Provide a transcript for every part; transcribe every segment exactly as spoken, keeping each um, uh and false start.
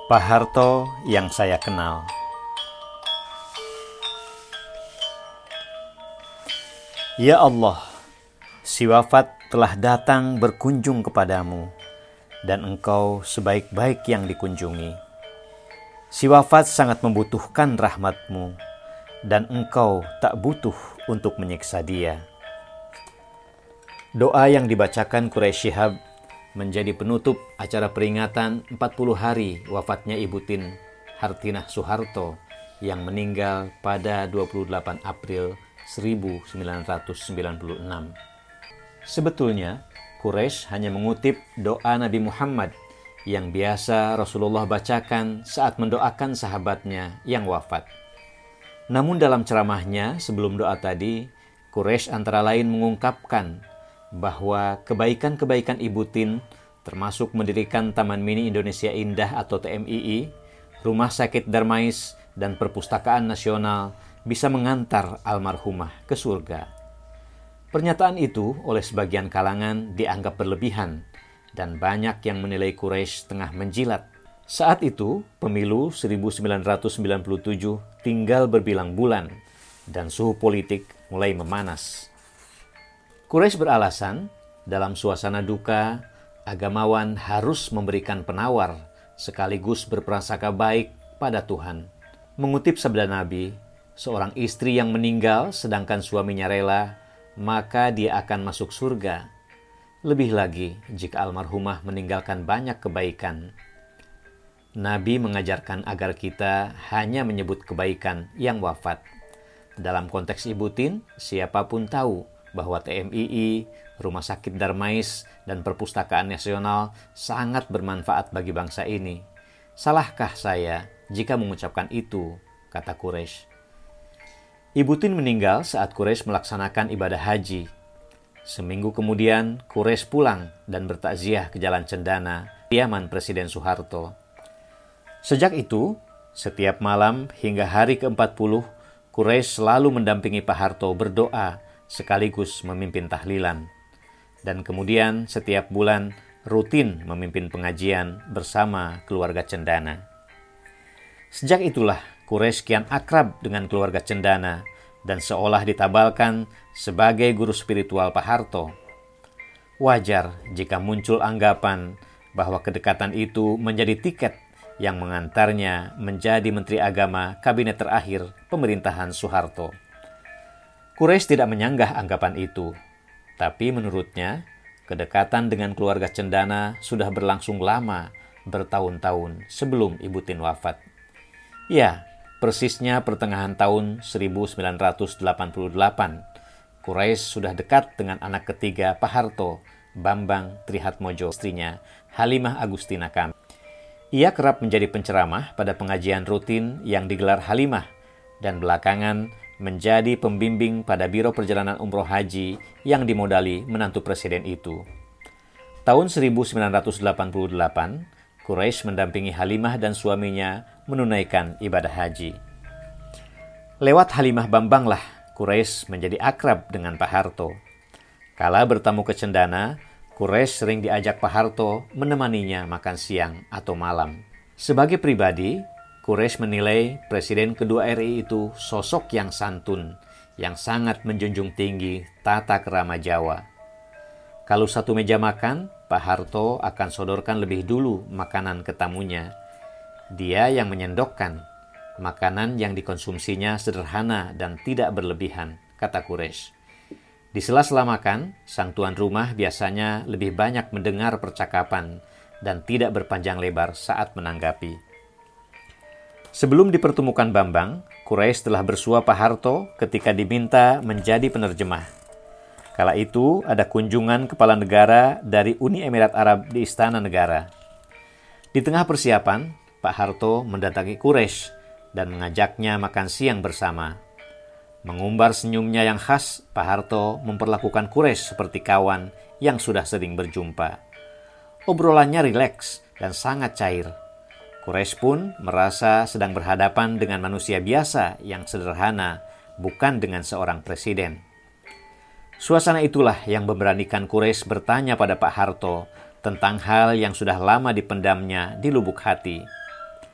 Pak Harto yang saya kenal. Ya Allah, si wafat telah datang berkunjung kepadamu, dan engkau sebaik-baik yang dikunjungi. Si wafat sangat membutuhkan rahmatmu, dan engkau tak butuh untuk menyiksa dia. Doa yang dibacakan Quraisy Shihab menjadi penutup acara peringatan empat puluh hari wafatnya Ibu Tien Hartinah Soeharto yang meninggal pada dua puluh delapan April seribu sembilan ratus sembilan puluh enam. Sebetulnya, Quraisy hanya mengutip doa Nabi Muhammad yang biasa Rasulullah bacakan saat mendoakan sahabatnya yang wafat. Namun dalam ceramahnya sebelum doa tadi, Quraisy antara lain mengungkapkan bahwa kebaikan-kebaikan Ibu Tien, termasuk mendirikan Taman Mini Indonesia Indah atau T M I I, Rumah Sakit Darmais, dan Perpustakaan Nasional bisa mengantar almarhumah ke surga. Pernyataan itu oleh sebagian kalangan dianggap berlebihan, dan banyak yang menilai Quraisy tengah menjilat. Saat itu, pemilu seribu sembilan ratus sembilan puluh tujuh tinggal berbilang bulan, dan suhu politik mulai memanas. Quraisy beralasan, dalam suasana duka, agamawan harus memberikan penawar sekaligus berprasangka baik pada Tuhan. Mengutip sabda Nabi, seorang istri yang meninggal sedangkan suaminya rela, maka dia akan masuk surga. Lebih lagi jika almarhumah meninggalkan banyak kebaikan. Nabi mengajarkan agar kita hanya menyebut kebaikan yang wafat. Dalam konteks Ibu Tien, siapapun tahu bahwa T M I I, Rumah Sakit Darmais, dan Perpustakaan Nasional sangat bermanfaat bagi bangsa ini. Salahkah saya jika mengucapkan itu, kata Quraisy. Ibu Tien meninggal saat Quraisy melaksanakan ibadah haji. Seminggu kemudian, Quraisy pulang dan bertakziah ke Jalan Cendana, kediaman Presiden Soeharto. Sejak itu, setiap malam hingga hari ke empat puluh, Quraisy selalu mendampingi Pak Harto berdoa sekaligus memimpin tahlilan. Dan kemudian setiap bulan rutin memimpin pengajian bersama keluarga Cendana. Sejak itulah Quraisy kian akrab dengan keluarga Cendana dan seolah ditabalkan sebagai guru spiritual Pak Harto. Wajar jika muncul anggapan bahwa kedekatan itu menjadi tiket yang mengantarnya menjadi Menteri Agama kabinet terakhir pemerintahan Soeharto. Quraisy tidak menyanggah anggapan itu, tapi menurutnya kedekatan dengan keluarga Cendana sudah berlangsung lama, bertahun-tahun sebelum Ibu Tien wafat. Ya, persisnya pertengahan tahun seribu sembilan ratus delapan puluh delapan, Quraisy sudah dekat dengan anak ketiga Pak Harto, Bambang Trihatmojo, istrinya Halimah Agustina Kamil. Ia kerap menjadi penceramah pada pengajian rutin yang digelar Halimah, dan belakangan menjadi pembimbing pada Biro Perjalanan Umroh Haji yang dimodali menantu presiden itu. Tahun seribu sembilan ratus delapan puluh delapan, Quraisy mendampingi Halimah dan suaminya menunaikan ibadah haji. Lewat Halimah Bambanglah Quraisy menjadi akrab dengan Pak Harto. Kala bertamu ke Cendana, Quraisy sering diajak Pak Harto menemaninya makan siang atau malam. Sebagai pribadi, Quraisy menilai Presiden kedua R I itu sosok yang santun, yang sangat menjunjung tinggi tata krama Jawa. Kalau satu meja makan, Pak Harto akan sodorkan lebih dulu makanan ke tamunya. Dia yang menyendokkan, makanan yang dikonsumsinya sederhana dan tidak berlebihan, kata Quraisy. Di sela-sela makan, sang tuan rumah biasanya lebih banyak mendengar percakapan dan tidak berpanjang lebar saat menanggapi. Sebelum dipertemukan Bambang, Quraisy telah bersua Pak Harto ketika diminta menjadi penerjemah. Kala itu ada kunjungan kepala negara dari Uni Emirat Arab di Istana Negara. Di tengah persiapan, Pak Harto mendatangi Quraisy dan mengajaknya makan siang bersama. Mengumbar senyumnya yang khas, Pak Harto memperlakukan Quraisy seperti kawan yang sudah sering berjumpa. Obrolannya rileks dan sangat cair. Quraisy pun merasa sedang berhadapan dengan manusia biasa yang sederhana, bukan dengan seorang presiden. Suasana itulah yang memberanikan Quraisy bertanya pada Pak Harto tentang hal yang sudah lama dipendamnya di lubuk hati.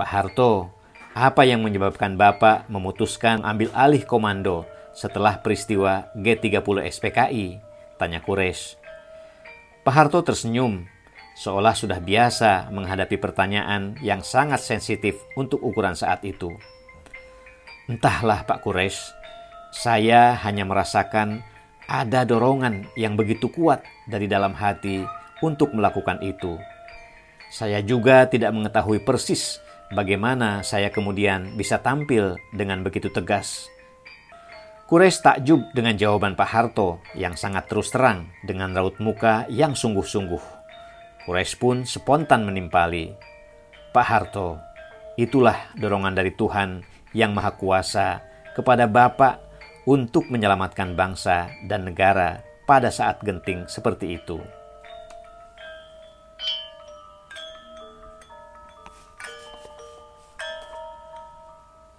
Pak Harto, apa yang menyebabkan Bapak memutuskan ambil alih komando setelah peristiwa G tiga puluh S P K I? Tanya Quraisy. Pak Harto tersenyum, seolah sudah biasa menghadapi pertanyaan yang sangat sensitif untuk ukuran saat itu. Entahlah Pak Quraisy, saya hanya merasakan ada dorongan yang begitu kuat dari dalam hati untuk melakukan itu. Saya juga tidak mengetahui persis bagaimana saya kemudian bisa tampil dengan begitu tegas. Quraisy takjub dengan jawaban Pak Harto yang sangat terus terang dengan raut muka yang sungguh-sungguh. Quraisy pun spontan menimpali, Pak Harto, itulah dorongan dari Tuhan yang Maha Kuasa kepada Bapak untuk menyelamatkan bangsa dan negara pada saat genting seperti itu.